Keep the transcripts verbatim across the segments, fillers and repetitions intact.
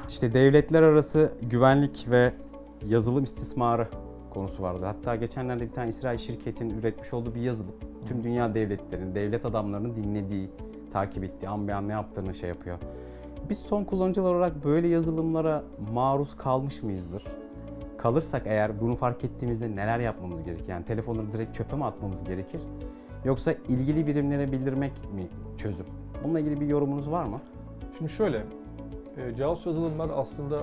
İşte devletler arası güvenlik ve yazılım istismarı konusu vardı. Hatta geçenlerde bir tane İsrail şirketin üretmiş olduğu bir yazılım. Tüm dünya devletlerinin, devlet adamlarının dinlediği, takip ettiği, an be an ne yaptığını şey yapıyor. Biz son kullanıcılar olarak böyle yazılımlara maruz kalmış mıyızdır? Kalırsak eğer bunu fark ettiğimizde neler yapmamız gerekir? Yani telefonları direkt çöpe mi atmamız gerekir? Yoksa ilgili birimlere bildirmek mi çözüm? Bununla ilgili bir yorumunuz var mı? Şimdi şöyle, e, casus yazılımlar aslında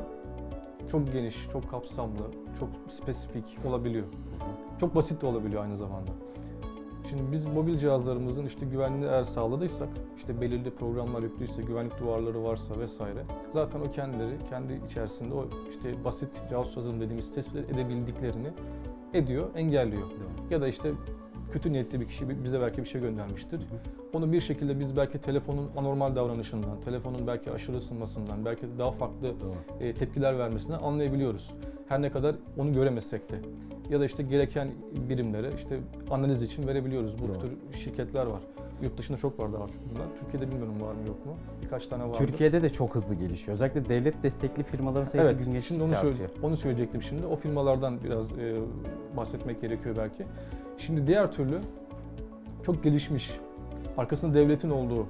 çok geniş, çok kapsamlı, çok spesifik olabiliyor. Çok basit de olabiliyor aynı zamanda. Şimdi biz mobil cihazlarımızın işte güvenliğini eğer sağladıysak, işte belirli programlar yüklüyse, güvenlik duvarları varsa vesaire, zaten o kendileri, kendi içerisinde o işte basit casus yazılım dediğimiz tespit edebildiklerini ediyor, engelliyor. Evet. Ya da işte kötü niyetli bir kişi bize belki bir şey göndermiştir. Hı hı. Onu bir şekilde biz belki telefonun anormal davranışından, telefonun belki aşırı ısınmasından, belki daha farklı e, tepkiler vermesinden anlayabiliyoruz. Her ne kadar onu göremesek de. Ya da işte gereken birimlere işte analiz için verebiliyoruz. Bu Doğru. tür şirketler var. Yurt dışında çok var daha çok bunlar. Türkiye'de bilmiyorum var mı yok mu? Birkaç tane var. Türkiye'de de çok hızlı gelişiyor. Özellikle devlet destekli firmaların sayısı evet, gün geçtikçe onu artıyor. Söyle, onu söyleyecektim şimdi. O firmalardan biraz e, bahsetmek gerekiyor belki. Şimdi diğer türlü çok gelişmiş, arkasında devletin olduğu,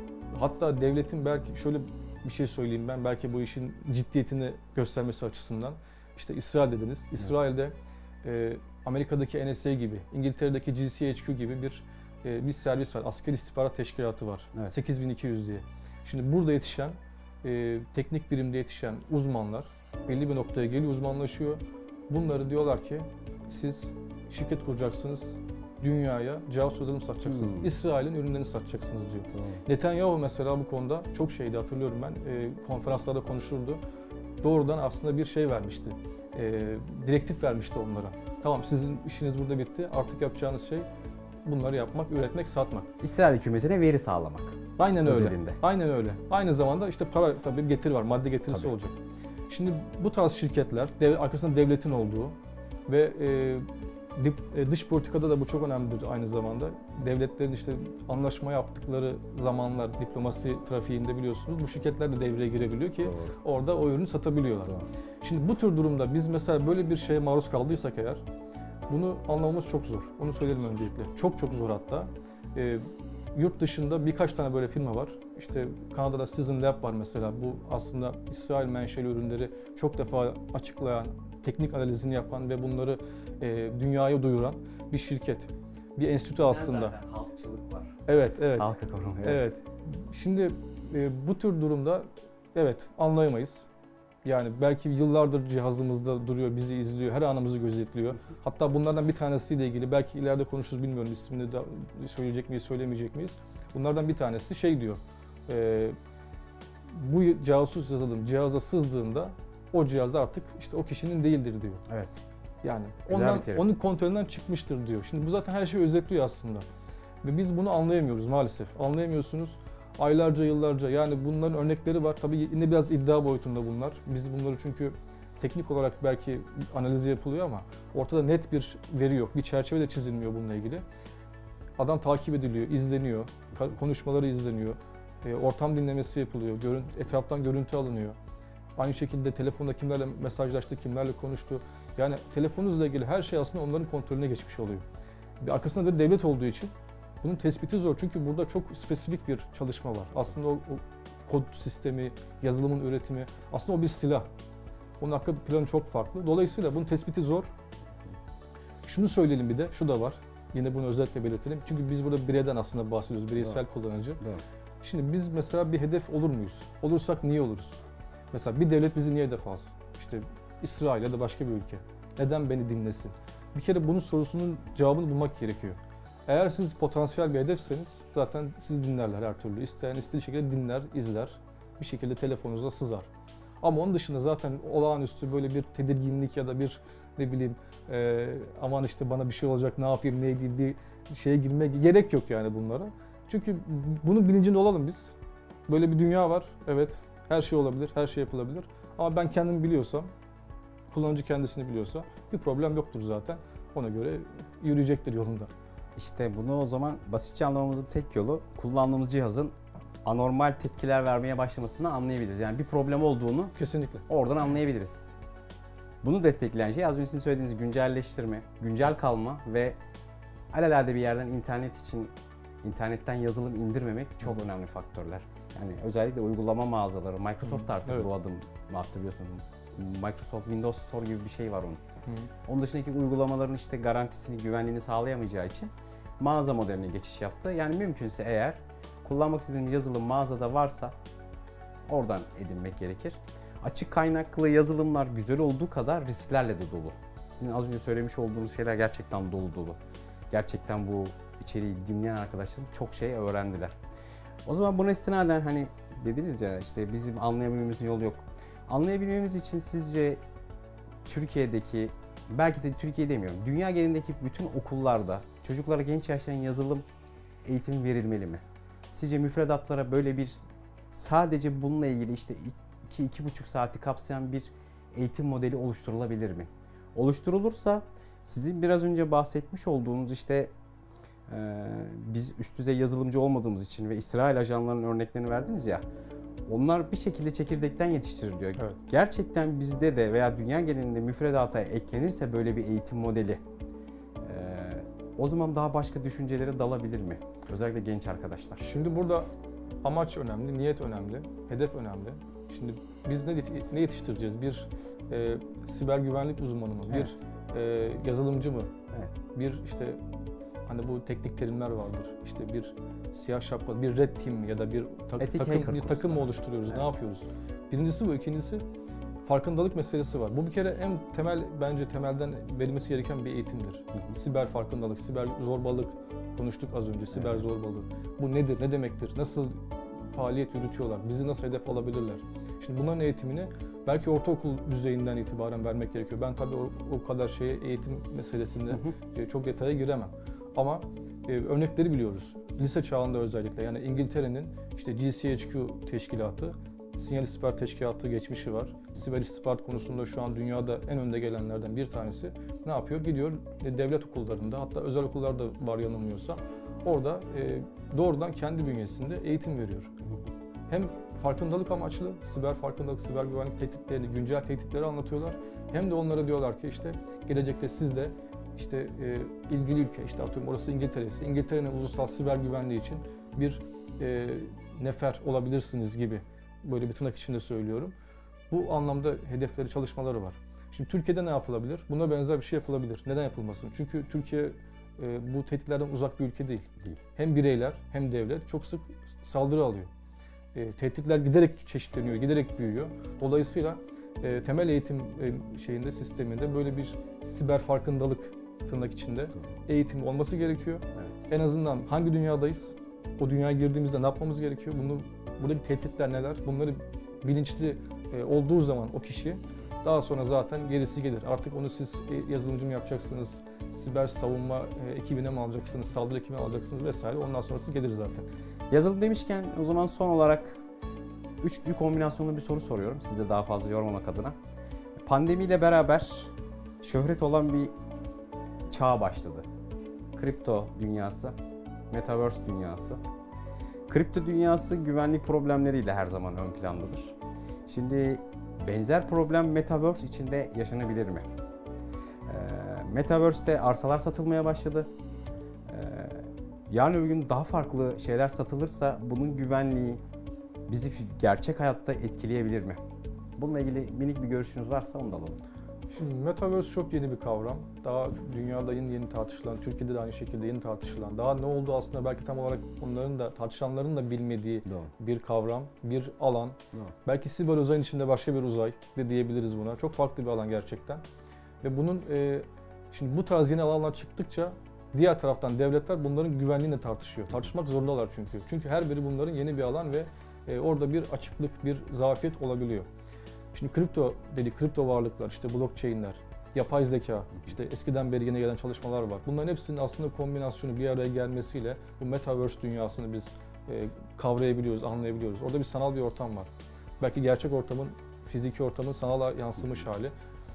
hatta devletin belki şöyle bir şey söyleyeyim ben, belki bu işin ciddiyetini göstermesi açısından. İşte İsrail dediniz. İsrail'de e, Amerika'daki N S A gibi, İngiltere'deki G C H Q gibi bir e, bir servis var. Asker İstihbarat Teşkilatı var. Evet. sekiz bin iki yüz diye. Şimdi burada yetişen, e, teknik birimde yetişen uzmanlar belli bir noktaya geliyor, uzmanlaşıyor. Bunları diyorlar ki siz şirket kuracaksınız, dünyaya casus yazılım satacaksınız. Hmm. İsrail'in ürünlerini satacaksınız diyor. Tamam. Netanyahu mesela bu konuda çok şeydi, hatırlıyorum ben. E, konferanslarda konuşurdu. Doğrudan aslında bir şey vermişti. E, direktif vermişti onlara. Tamam, sizin işiniz burada bitti. Artık yapacağınız şey bunları yapmak, üretmek, satmak. İsrail hükümetine veri sağlamak. Aynen öyle. Özelinde. Aynen öyle. Aynı zamanda işte para, tabii bir getiri var, madde getirisi tabii. olacak. Şimdi bu tarz şirketler, dev, arkasında devletin olduğu ve e, dip, e, dış politikada da bu çok önemlidir aynı zamanda. Devletlerin işte anlaşma yaptıkları zamanlar, diplomasi trafiğinde biliyorsunuz, bu şirketler de devreye girebiliyor ki Doğru. orada o ürünü satabiliyorlar. Doğru. Şimdi bu tür durumda biz mesela böyle bir şeye maruz kaldıysak eğer, bunu anlamamız çok zor. Onu söyleyelim öncelikle. Çok çok zor hatta. E, yurt dışında birkaç tane böyle firma var. İşte Kanada'da Citizen Lab var mesela. Bu aslında İsrail menşeli ürünleri çok defa açıklayan, teknik analizini yapan ve bunları e, dünyaya duyuran bir şirket. Bir enstitü aslında. Zaten halkçılık var. Evet, evet. Halka koruma. Evet. evet. Şimdi e, bu tür durumda evet anlayamayız. Yani belki yıllardır cihazımızda duruyor, bizi izliyor, her anımızı gözetliyor. Hatta bunlardan bir tanesiyle ilgili belki ileride konuşuruz, bilmiyorum ismini de söyleyecek miyiz, söylemeyecek miyiz. Bunlardan bir tanesi şey diyor, e, bu casus yazılım cihaza sızdığında o cihaz artık işte o kişinin değildir diyor. Evet. Yani ondan, onun kontrolünden çıkmıştır diyor. Şimdi bu zaten her şeyi özetliyor aslında. Ve biz bunu anlayamıyoruz maalesef. Anlayamıyorsunuz. Aylarca, yıllarca, yani bunların örnekleri var. Tabii yine biraz iddia boyutunda bunlar. Biz bunları çünkü teknik olarak belki analizi yapılıyor ama ortada net bir veri yok. Bir çerçeve de çizilmiyor bununla ilgili. Adam takip ediliyor, izleniyor, konuşmaları izleniyor, ortam dinlemesi yapılıyor, etraftan görüntü alınıyor. Aynı şekilde telefonda kimlerle mesajlaştı, kimlerle konuştu. Yani telefonunuzla ilgili her şey aslında onların kontrolüne geçmiş oluyor. Bir arkasında da devlet olduğu için bunun tespiti zor çünkü burada çok spesifik bir çalışma var. Aslında o, o kod sistemi, yazılımın üretimi, aslında o bir silah. Onun arka planı çok farklı. Dolayısıyla bunun tespiti zor. Şunu söyleyelim bir de, şu da var. Yine bunu özellikle belirtelim. Çünkü biz burada bireyden aslında bahsediyoruz, bireysel Doğru. kullanıcı. Doğru. Şimdi biz mesela bir hedef olur muyuz? Olursak niye oluruz? Mesela bir devlet bizi niye hedef alsın? İşte İsrail ya da başka bir ülke. Neden beni dinlesin? Bir kere bunun sorusunun cevabını bulmak gerekiyor. Eğer siz potansiyel bir hedefseniz zaten sizi dinlerler her türlü. İsteyen istediği şekilde dinler, izler. Bir şekilde telefonunuza sızar. Ama onun dışında zaten olağanüstü böyle bir tedirginlik ya da bir ne bileyim e, aman işte bana bir şey olacak, ne yapayım, ne edeyim, bir şeye girmeye gerek yok yani bunlara. Çünkü bunun bilincinde olalım biz. Böyle bir dünya var, evet. Her şey olabilir, her şey yapılabilir. Ama ben kendimi biliyorsam, kullanıcı kendisini biliyorsa bir problem yoktur zaten. Ona göre yürüyecektir yolunda. İşte bunu o zaman basitçe anlamamızın tek yolu kullandığımız cihazın anormal tepkiler vermeye başlamasını anlayabiliriz. Yani bir problem olduğunu kesinlikle oradan anlayabiliriz. Bunu destekleyen şey az önce sizin söylediğiniz güncelleştirme, güncel kalma ve alelade bir yerden internet için internetten yazılım indirmemek çok Hı. önemli faktörler. Yani özellikle uygulama mağazaları, Microsoft artık evet. bu adım attı biliyorsunuz. Microsoft Windows Store gibi bir şey var onun. Hı. Onun dışındaki uygulamaların işte garantisini, güvenliğini sağlayamayacağı için mağaza modeline geçiş yaptı. Yani mümkünse eğer kullanmak istediğiniz yazılım mağazada varsa oradan edinmek gerekir. Açık kaynaklı yazılımlar güzel olduğu kadar risklerle de dolu. Sizin az önce söylemiş olduğunuz şeyler gerçekten dolu dolu. Gerçekten bu içeriği dinleyen arkadaşlarım çok şey öğrendiler. O zaman buna istinaden hani dediniz ya işte bizim anlayabilmemizin yolu yok. Anlayabilmemiz için sizce Türkiye'deki, belki de Türkiye demiyorum, dünya genelindeki bütün okullarda çocuklara genç yaştan yazılım eğitimi verilmeli mi? Sizce müfredatlara böyle bir sadece bununla ilgili işte iki iki buçuk saati kapsayan bir eğitim modeli oluşturulabilir mi? Oluşturulursa sizin biraz önce bahsetmiş olduğunuz işte e, biz üst düzey yazılımcı olmadığımız için ve İsrail ajanlarının örneklerini verdiniz ya, onlar bir şekilde çekirdekten yetiştirir diyor. Evet. Gerçekten bizde de veya dünya genelinde müfredata eklenirse böyle bir eğitim modeli e, o zaman daha başka düşüncelere dalabilir mi? Özellikle genç arkadaşlar. Şimdi burada amaç önemli, niyet önemli, hedef önemli. Şimdi biz ne, ne yetiştireceğiz? Bir e, siber güvenlik uzmanı mı? Evet. Bir e, yazılımcı mı? Evet. Bir işte hani bu teknik terimler vardır. İşte bir siyah şapka, bir red team ya da bir ta- takım bir takım mı oluşturuyoruz? Evet. Ne yapıyoruz? Birincisi bu, ikincisi farkındalık meselesi var. Bu bir kere en temel, bence temelden verilmesi gereken bir eğitimdir. Hı hı. Siber farkındalık, siber zorbalık konuştuk az önce. Siber evet. zorbalığı. Bu nedir? Ne demektir? Nasıl faaliyet yürütüyorlar? Bizi nasıl hedef alabilirler? Şimdi bunların eğitimini belki ortaokul düzeyinden itibaren vermek gerekiyor. Ben tabii o, o kadar şeye eğitim meselesinde hı hı. çok detaya giremem. Ama e, örnekleri biliyoruz. Lise çağında özellikle, yani İngiltere'nin işte G C H Q teşkilatı, Sinyal İstihbarat Teşkilatı geçmişi var. Siber istihbarat konusunda şu an dünyada en önde gelenlerden bir tanesi. Ne yapıyor? Gidiyor e, devlet okullarında, hatta özel okullarda var yanılmıyorsa, orada e, doğrudan kendi bünyesinde eğitim veriyor. Hem farkındalık amaçlı, siber farkındalık, siber güvenlik tehditlerini, güncel tehditleri anlatıyorlar. Hem de onlara diyorlar ki işte gelecekte siz de işte e, ilgili ülke, işte atıyorum orası İngiltere'si, İngiltere'nin ulusal siber güvenliği için bir e, nefer olabilirsiniz gibi, böyle bir tırnak içinde söylüyorum. Bu anlamda hedefleri, çalışmaları var. Şimdi Türkiye'de ne yapılabilir? Buna benzer bir şey yapılabilir. Neden yapılmasın? Çünkü Türkiye e, bu tehditlerden uzak bir ülke değil. değil. Hem bireyler hem devlet çok sık saldırı alıyor. E, tehditler giderek çeşitleniyor, giderek büyüyor. Dolayısıyla e, temel eğitim e, şeyinde, sisteminde böyle bir siber farkındalık tırnak içinde eğitim olması gerekiyor. Evet. En azından hangi dünyadayız? O dünyaya girdiğimizde ne yapmamız gerekiyor? Bunu, buradaki tehditler neler? Bunları bilinçli e, olduğu zaman o kişi, daha sonra zaten gerisi gelir. Artık onu siz yazılımcı mı yapacaksınız, siber savunma e, ekibine mi alacaksınız, saldırı ekibine mi alacaksınız vesaire. Ondan sonrası gelir zaten. Yazılım demişken o zaman son olarak üçlü kombinasyonlu bir soru soruyorum. Sizi de daha fazla yormamak adına. Pandemiyle beraber şöhret olan bir çağ başladı. Kripto dünyası, Metaverse dünyası. Kripto dünyası güvenlik problemleriyle her zaman ön plandadır. Şimdi benzer problem Metaverse içinde yaşanabilir mi? Ee, Metaverse'te arsalar satılmaya başladı. Ee, yarın öbür gün daha farklı şeyler satılırsa bunun güvenliği bizi gerçek hayatta etkileyebilir mi? Bununla ilgili minik bir görüşünüz varsa onu da alalım. Şimdi Metaverse çok yeni bir kavram. Daha dünyada yeni yeni tartışılan, Türkiye'de de aynı şekilde yeni tartışılan, daha ne oldu aslında belki tam olarak onların da, tartışanların da bilmediği Doğru. bir kavram, bir alan. Doğru. Belki siber uzayın içinde başka bir uzay de diyebiliriz buna. Çok farklı bir alan gerçekten. Ve bunun e, şimdi bu tarz yeni alanlar çıktıkça diğer taraftan devletler bunların güvenliğini de tartışıyor. Tartışmak zorundalar çünkü. Çünkü her biri bunların yeni bir alan ve e, orada bir açıklık, bir zafiyet olabiliyor. Şimdi kripto dedik, kripto varlıklar, işte blockchain'ler, yapay zeka, işte eskiden beri yeni gelen çalışmalar var. Bunların hepsinin aslında kombinasyonu bir araya gelmesiyle bu Metaverse dünyasını biz e, kavrayabiliyoruz, anlayabiliyoruz. Orada bir sanal bir ortam var. Belki gerçek ortamın, fiziki ortamın sanala yansımış hali.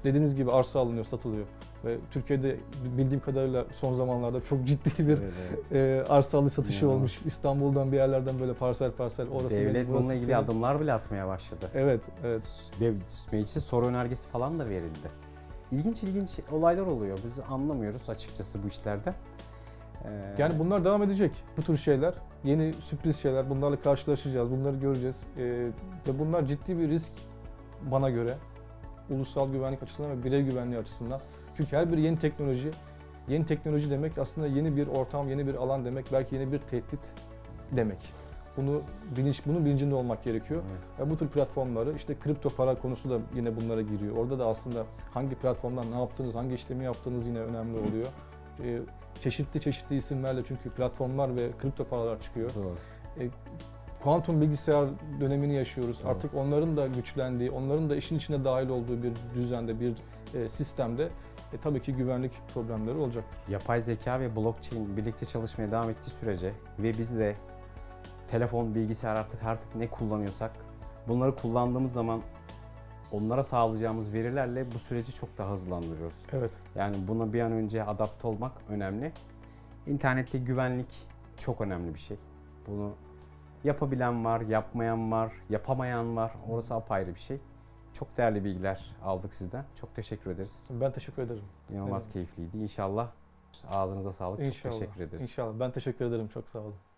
dediğiniz gibi arsa alınıyor, satılıyor. Ve Türkiye'de bildiğim kadarıyla son zamanlarda çok ciddi bir evet, evet. E, arsa alış satışı evet. olmuş. İstanbul'dan bir yerlerden böyle parsel parsel. Orası Devlet benim, bununla ilgili senin. adımlar bile atmaya başladı. Evet, evet. Dev, meclise soru önergesi falan da verildi. İlginç ilginç olaylar oluyor. Biz anlamıyoruz açıkçası bu işlerde. Ee... Yani bunlar devam edecek. Bu tür şeyler, yeni sürpriz şeyler. Bunlarla karşılaşacağız, bunları göreceğiz. Ee, ve bunlar ciddi bir risk bana göre. Ulusal güvenlik açısından ve birey güvenliği açısından. Çünkü her bir yeni teknoloji, yeni teknoloji demek aslında yeni bir ortam, yeni bir alan demek, belki yeni bir tehdit demek. Bunu bilinç, bunun bilincinde olmak gerekiyor. Evet. Ve bu tür platformları, işte kripto para konusu da yine bunlara giriyor. Orada da aslında hangi platformdan ne yaptığınız, hangi işlemi yaptığınız yine önemli oluyor. Ee, çeşitli çeşitli isimlerle çünkü platformlar ve kripto paralar çıkıyor. Doğru. Ee, kuantum bilgisayar dönemini yaşıyoruz. Doğru. Artık onların da güçlendiği, onların da işin içine dahil olduğu bir düzende, bir e, sistemde e, tabii ki güvenlik problemleri olacaktır. Yapay zeka ve blockchain birlikte çalışmaya devam ettiği sürece ve biz de telefon, bilgisayar artık artık ne kullanıyorsak bunları kullandığımız zaman onlara sağlayacağımız verilerle bu süreci çok daha hızlandırıyoruz. Evet. Yani buna bir an önce adapte olmak önemli. İnternette güvenlik çok önemli bir şey. Bunu yapabilen var, yapmayan var, yapamayan var. Orası apayrı bir şey. Çok değerli bilgiler aldık sizden. Çok teşekkür ederiz. Ben teşekkür ederim. İnanılmaz evet. keyifliydi. İnşallah ağzınıza sağlık. İnşallah. Çok teşekkür ederiz. İnşallah. Ben teşekkür ederim. Çok sağ olun.